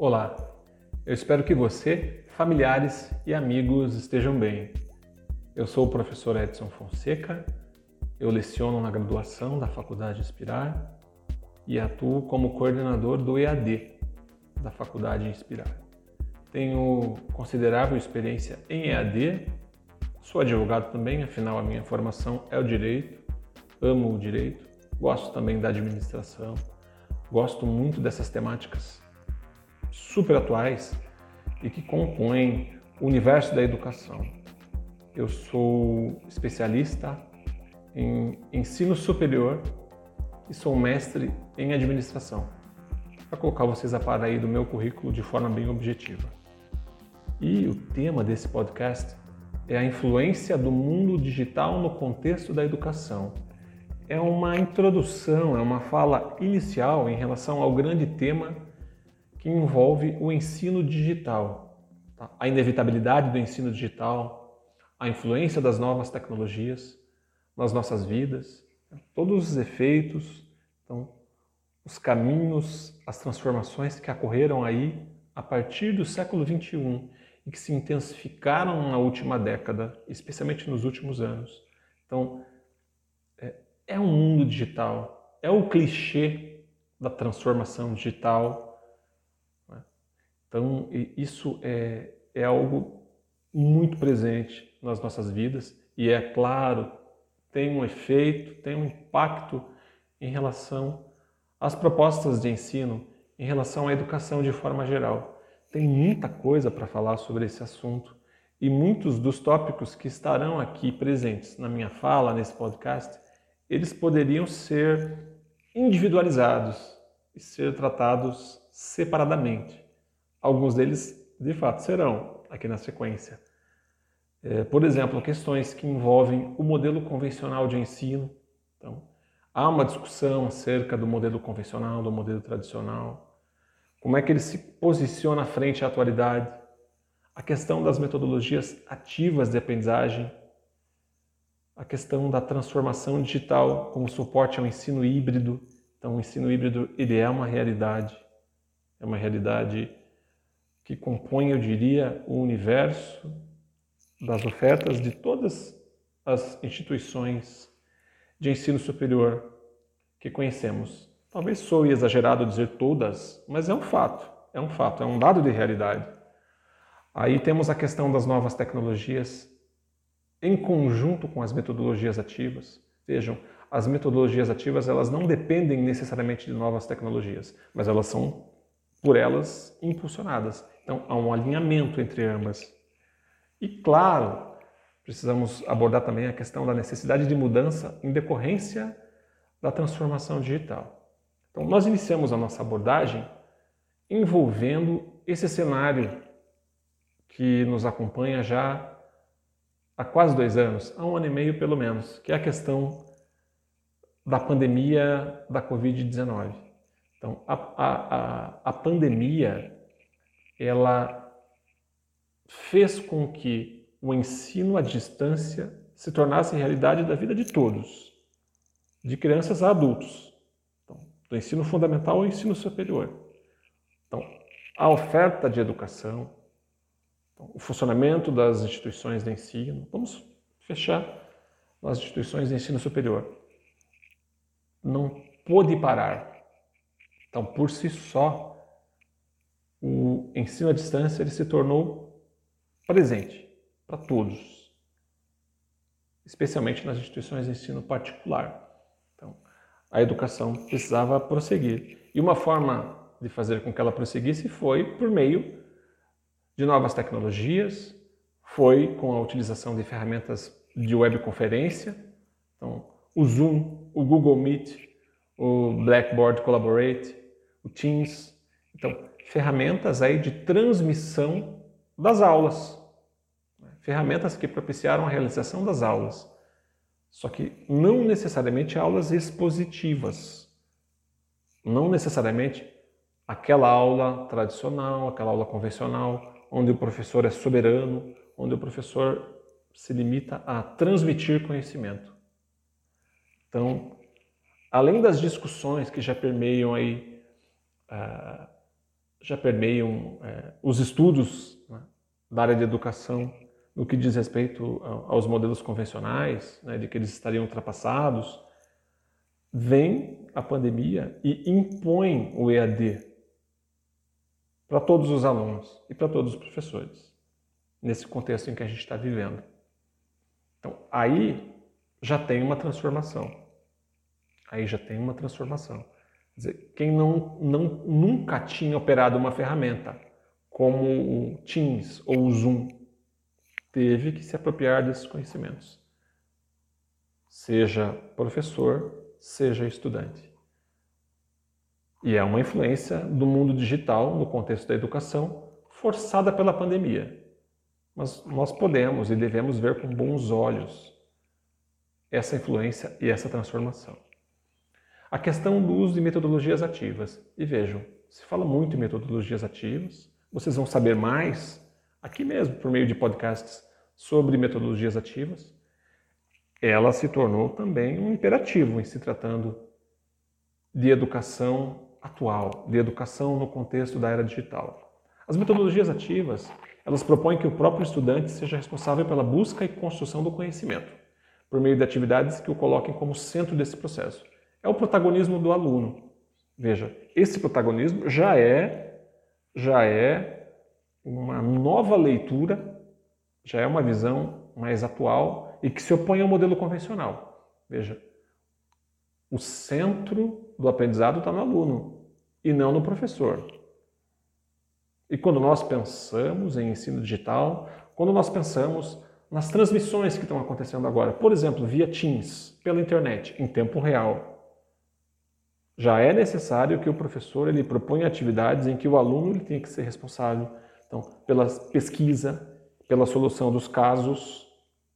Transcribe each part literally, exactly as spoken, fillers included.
Olá, eu espero que você, familiares e amigos estejam bem. Eu sou o professor Edson Fonseca, eu leciono na graduação da Faculdade Inspirar e atuo como coordenador do E A D da Faculdade Inspirar. Tenho considerável experiência em E A D, sou advogado também, afinal a minha formação é o direito, amo o direito, gosto também da administração, gosto muito dessas temáticas super atuais e que compõem o universo da educação. Eu sou especialista em ensino superior e sou mestre em administração, para colocar vocês a par aí do meu currículo de forma bem objetiva. E o tema desse podcast é a influência do mundo digital no contexto da educação. É uma introdução, é uma fala inicial em relação ao grande tema que envolve o ensino digital, tá? A inevitabilidade do ensino digital, a influência das novas tecnologias nas nossas vidas, todos os efeitos, então, os caminhos, as transformações que ocorreram aí a partir do século vinte e um e que se intensificaram na última década, especialmente nos últimos anos. Então, é, é um mundo digital, é o clichê da transformação digital. Né? Então, isso é, é algo muito presente nas nossas vidas e, é claro, tem um efeito, tem um impacto em relação às propostas de ensino, em relação à educação de forma geral. Tem muita coisa para falar sobre esse assunto e muitos dos tópicos que estarão aqui presentes na minha fala, nesse podcast, eles poderiam ser individualizados e ser tratados separadamente. Alguns deles, de fato, serão aqui na sequência. É, por exemplo, questões que envolvem o modelo convencional de ensino. Então, há uma discussão acerca do modelo convencional, do modelo tradicional. Como é que ele se posiciona frente à atualidade? A questão das metodologias ativas de aprendizagem, a questão da transformação digital como suporte ao ensino híbrido. Então, o ensino híbrido ele é uma realidade, é uma realidade que compõe, eu diria, o universo das ofertas de todas as instituições de ensino superior que conhecemos. Talvez soe exagerado dizer todas, mas é um fato, é um fato, é um dado de realidade. Aí temos a questão das novas tecnologias em conjunto com as metodologias ativas. Vejam, as metodologias ativas elas não dependem necessariamente de novas tecnologias, mas elas são, por elas, impulsionadas. Então, há um alinhamento entre ambas. E, claro, precisamos abordar também a questão da necessidade de mudança em decorrência da transformação digital. Então, nós iniciamos a nossa abordagem envolvendo esse cenário que nos acompanha já há quase dois anos, há um ano e meio pelo menos, que é a questão da pandemia da covid dezenove. Então, a, a, a, a pandemia, ela fez com que o ensino à distância se tornasse realidade da vida de todos, de crianças a adultos. Do ensino fundamental ao ensino superior. Então, a oferta de educação, então, o funcionamento das instituições de ensino, vamos fechar nas instituições de ensino superior, não pôde parar. Então, por si só, o ensino à distância ele se tornou presente para todos, especialmente nas instituições de ensino particular. A educação precisava prosseguir. E uma forma de fazer com que ela prosseguisse foi por meio de novas tecnologias, foi com a utilização de ferramentas de webconferência, então, o Zoom, o Google Meet, o Blackboard Collaborate, o Teams. Então, ferramentas aí de transmissão das aulas, ferramentas que propiciaram a realização das aulas. Só que não necessariamente aulas expositivas, não necessariamente aquela aula tradicional, aquela aula convencional, onde o professor é soberano, onde o professor se limita a transmitir conhecimento. Então, além das discussões que já permeiam aí, uh, já permeiam é, os estudos, né, da área de educação no que diz respeito aos modelos convencionais, né, de que eles estariam ultrapassados. Vem a pandemia e impõe o E A D para todos os alunos e para todos os professores, nesse contexto em que a gente está vivendo. Então, aí já tem uma transformação. Aí já tem uma transformação. Quer dizer, quem não, não, nunca tinha operado uma ferramenta como o Teams ou o Zoom, teve que se apropriar desses conhecimentos. Seja professor, seja estudante. E é uma influência do mundo digital no contexto da educação, forçada pela pandemia. Mas nós podemos e devemos ver com bons olhos essa influência e essa transformação. A questão do uso de metodologias ativas. E vejam, se fala muito em metodologias ativas, vocês vão saber mais aqui mesmo, por meio de podcasts, sobre metodologias ativas. Ela se tornou também um imperativo em se tratando de educação atual, de educação no contexto da era digital. As metodologias ativas, elas propõem que o próprio estudante seja responsável pela busca e construção do conhecimento, por meio de atividades que o coloquem como centro desse processo. É o protagonismo do aluno. Veja, esse protagonismo já é, já é uma nova leitura, já é uma visão mais atual e que se opõe ao modelo convencional. Veja, o centro do aprendizado está no aluno e não no professor. E quando nós pensamos em ensino digital, quando nós pensamos nas transmissões que estão acontecendo agora, por exemplo, via Teams, pela internet, em tempo real, já é necessário que o professor ele proponha atividades em que o aluno ele tem que ser responsável, então, pela pesquisa, pela solução dos casos,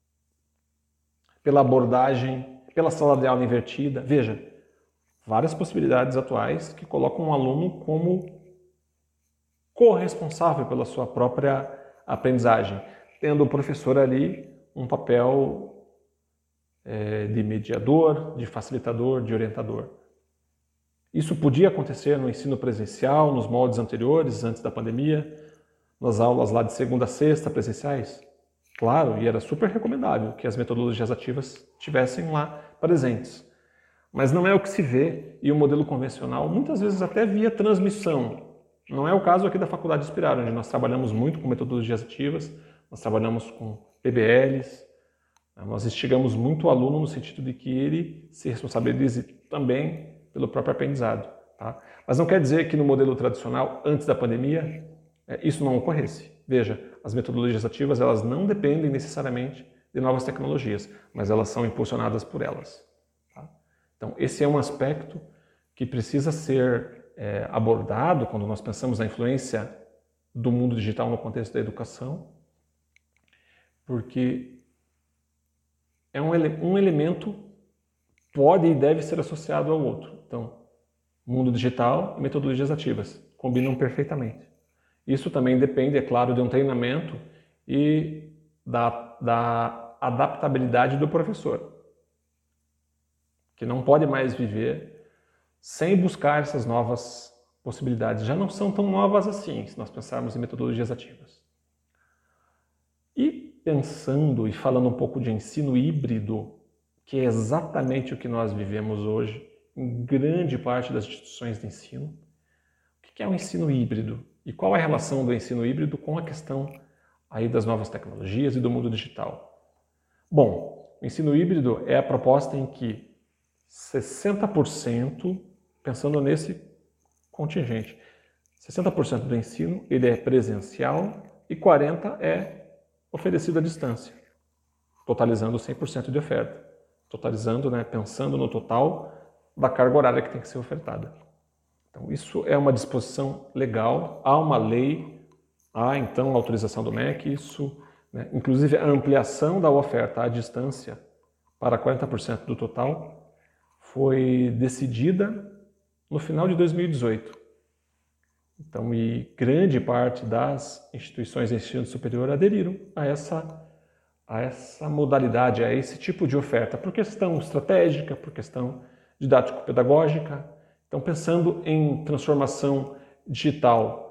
pela abordagem, pela sala de aula invertida. Veja, várias possibilidades atuais que colocam o aluno como corresponsável pela sua própria aprendizagem, tendo o professor ali um papel é, de mediador, de facilitador, de orientador. Isso podia acontecer no ensino presencial, nos moldes anteriores, antes da pandemia, nas aulas lá de segunda a sexta presenciais. Claro, e era super recomendável que as metodologias ativas tivessem lá presentes. Mas não é o que se vê, e o modelo convencional, muitas vezes até via transmissão. Não é o caso aqui da Faculdade Inspirar, onde nós trabalhamos muito com metodologias ativas, nós trabalhamos com P B Ls, nós instigamos muito o aluno no sentido de que ele se responsabilize também pelo próprio aprendizado. Tá? Mas não quer dizer que no modelo tradicional, antes da pandemia, isso não ocorresse. Veja, as metodologias ativas elas não dependem necessariamente de novas tecnologias, mas elas são impulsionadas por elas. Tá? Então, esse é um aspecto que precisa ser é, abordado quando nós pensamos na influência do mundo digital no contexto da educação, porque é um, ele um elemento pode e deve ser associado ao outro. Então, mundo digital e metodologias ativas combinam perfeitamente. Isso também depende, é claro, de um treinamento e da, da adaptabilidade do professor, que não pode mais viver sem buscar essas novas possibilidades. Já não são tão novas assim, se nós pensarmos em metodologias ativas. E pensando e falando um pouco de ensino híbrido, que é exatamente o que nós vivemos hoje em grande parte das instituições de ensino. O que é o ensino híbrido? E qual é a relação do ensino híbrido com a questão aí das novas tecnologias e do mundo digital? Bom, o ensino híbrido é a proposta em que sessenta por cento, pensando nesse contingente, sessenta por cento do ensino ele é presencial e quarenta por cento é oferecido à distância, totalizando cem por cento de oferta. Totalizando, né, pensando no total da carga horária que tem que ser ofertada. Então, isso é uma disposição legal, há uma lei, há então a autorização do M E C, isso, né, inclusive a ampliação da oferta à distância para quarenta por cento do total foi decidida no final de dois mil e dezoito. Então, e grande parte das instituições de ensino superior aderiram a essa a essa modalidade, a esse tipo de oferta, por questão estratégica, por questão didático-pedagógica. Então, pensando em transformação digital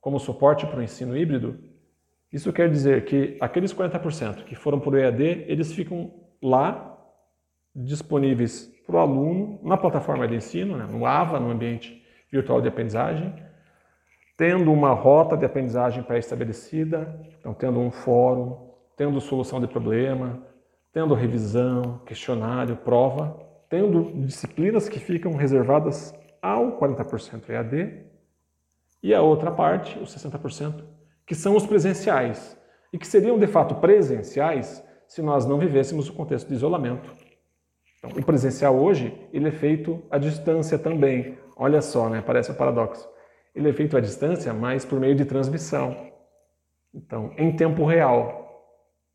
como suporte para o ensino híbrido, isso quer dizer que aqueles quarenta por cento que foram para o E A D, eles ficam lá, disponíveis para o aluno, na plataforma de ensino, né, no A V A, no ambiente virtual de aprendizagem, tendo uma rota de aprendizagem pré-estabelecida, então tendo um fórum, tendo solução de problema, tendo revisão, questionário, prova, tendo disciplinas que ficam reservadas ao quarenta por cento E A D, e a outra parte, os sessenta por cento, que são os presenciais, e que seriam de fato presenciais se nós não vivêssemos o contexto de isolamento. Então, o presencial hoje, ele é feito à distância também. Olha só, né? Parece um paradoxo. Ele é feito à distância, mas por meio de transmissão. Então, em tempo real.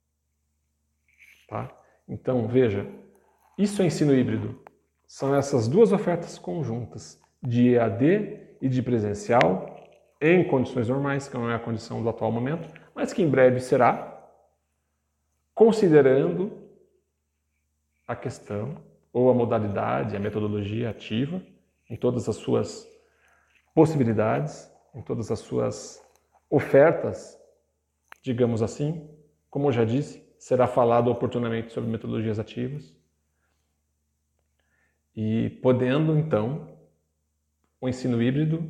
Tá? Então, veja, isso é ensino híbrido. São essas duas ofertas conjuntas, de E A D e de presencial, em condições normais, que não é a condição do atual momento, mas que em breve será, considerando a questão, ou a modalidade, a metodologia ativa, em todas as suas possibilidades, em todas as suas ofertas, digamos assim. Como eu já disse, será falado oportunamente sobre metodologias ativas. E podendo, então, o ensino híbrido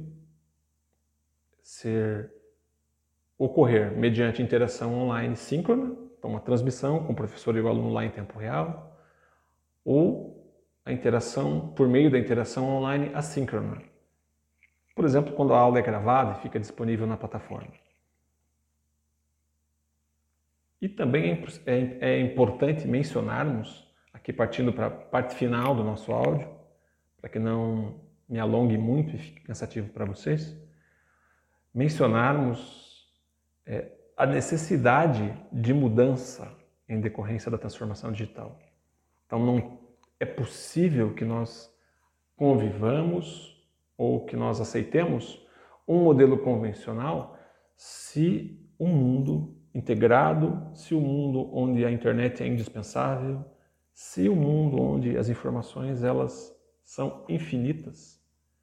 ser, ocorrer mediante interação online síncrona, então uma transmissão com o professor e o aluno lá em tempo real, ou a interação por meio da interação online assíncrona. Por exemplo, quando a aula é gravada e fica disponível na plataforma. E também é, é importante mencionarmos, aqui partindo para a parte final do nosso áudio, para que não me alongue muito e fique cansativo para vocês, mencionarmos é, a necessidade de mudança em decorrência da transformação digital. Então, não é possível que nós convivamos ou que nós aceitemos um modelo convencional se o mundo integrado, se o mundo onde a internet é indispensável, se o mundo onde as informações elas são infinitas,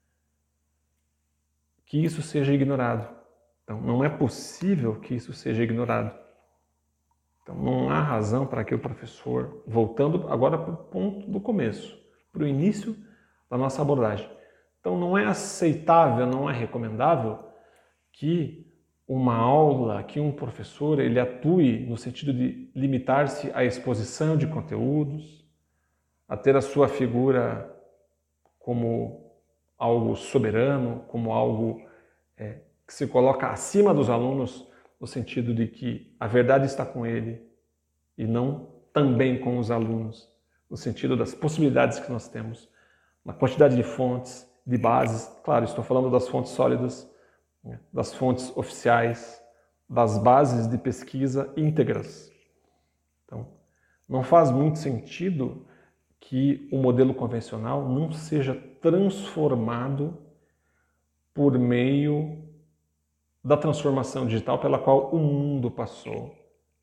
que isso seja ignorado. Então, não é possível que isso seja ignorado. Então, não há razão para que o professor, voltando agora para o ponto do começo, para o início da nossa abordagem. Então, não é aceitável, não é recomendável que uma aula, que um professor ele atue no sentido de limitar-se à exposição de conteúdos, a ter a sua figura como algo soberano, como algo é, que se coloca acima dos alunos, no sentido de que a verdade está com ele e não também com os alunos, no sentido das possibilidades que nós temos, na quantidade de fontes, de bases. Claro, estou falando das fontes sólidas, das fontes oficiais, das bases de pesquisa íntegras. Então, não faz muito sentido que o modelo convencional não seja transformado por meio da transformação digital pela qual o mundo passou.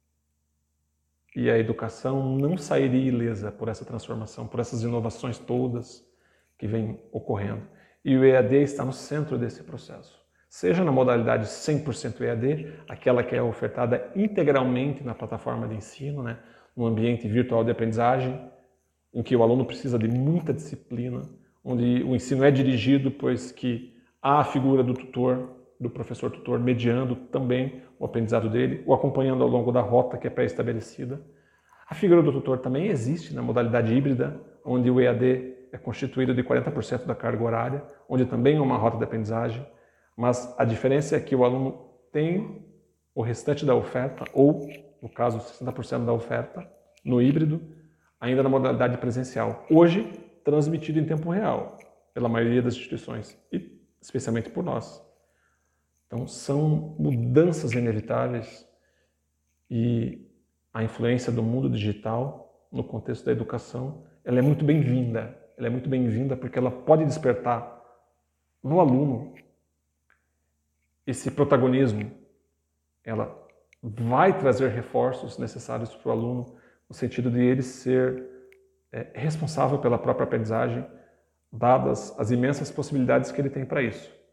E a educação não sairia ilesa por essa transformação, por essas inovações todas que vêm ocorrendo. E o E A D está no centro desse processo. Seja na modalidade cem por cento E A D, aquela que é ofertada integralmente na plataforma de ensino, né, no ambiente virtual de aprendizagem, em que o aluno precisa de muita disciplina, onde o ensino é dirigido, pois que há a figura do tutor, do professor tutor, mediando também o aprendizado dele, o acompanhando ao longo da rota que é pré-estabelecida. A figura do tutor também existe na modalidade híbrida, onde o E A D é constituído de quarenta por cento da carga horária, onde também é uma rota de aprendizagem, mas a diferença é que o aluno tem o restante da oferta, ou, no caso, sessenta por cento da oferta, no híbrido, ainda na modalidade presencial. Hoje, transmitido em tempo real, pela maioria das instituições, e especialmente por nós. Então, são mudanças inevitáveis e a influência do mundo digital no contexto da educação, ela é muito bem-vinda. Ela é muito bem-vinda porque ela pode despertar no aluno esse protagonismo. Ela vai trazer reforços necessários para o aluno no sentido de ele ser é, responsável pela própria aprendizagem, dadas as imensas possibilidades que ele tem para isso.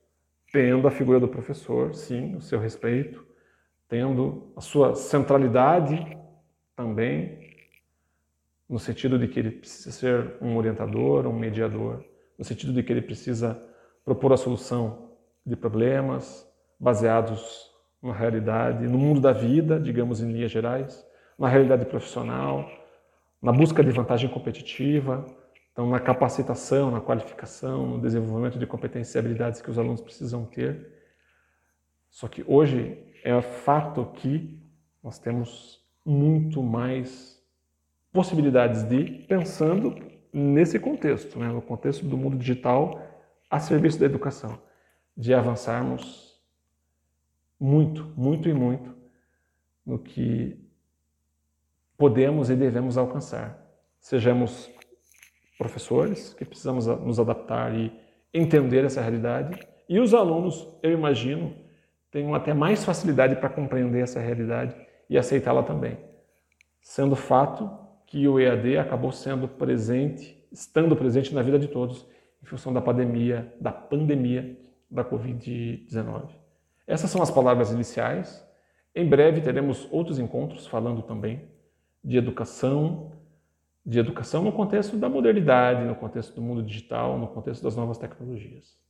tendo a figura do professor, sim, o seu respeito, tendo a sua centralidade também, no sentido de que ele precisa ser um orientador, um mediador, no sentido de que ele precisa propor a solução de problemas baseados na realidade, no mundo da vida, digamos em linhas gerais, na realidade profissional, na busca de vantagem competitiva, então na capacitação, na qualificação, no desenvolvimento de competências e habilidades que os alunos precisam ter. Só que hoje é fato que nós temos muito mais possibilidades de, pensando nesse contexto, né, no contexto do mundo digital a serviço da educação, de avançarmos muito, muito e muito no que podemos e devemos alcançar. Sejamos professores, que precisamos nos adaptar e entender essa realidade, e os alunos, eu imagino, tenham até mais facilidade para compreender essa realidade e aceitá-la também. Sendo fato que o E A D acabou sendo presente, estando presente na vida de todos, em função da pandemia, da pandemia da covid dezenove. Essas são as palavras iniciais. Em breve teremos outros encontros falando também de educação, de educação no contexto da modernidade, no contexto do mundo digital, no contexto das novas tecnologias.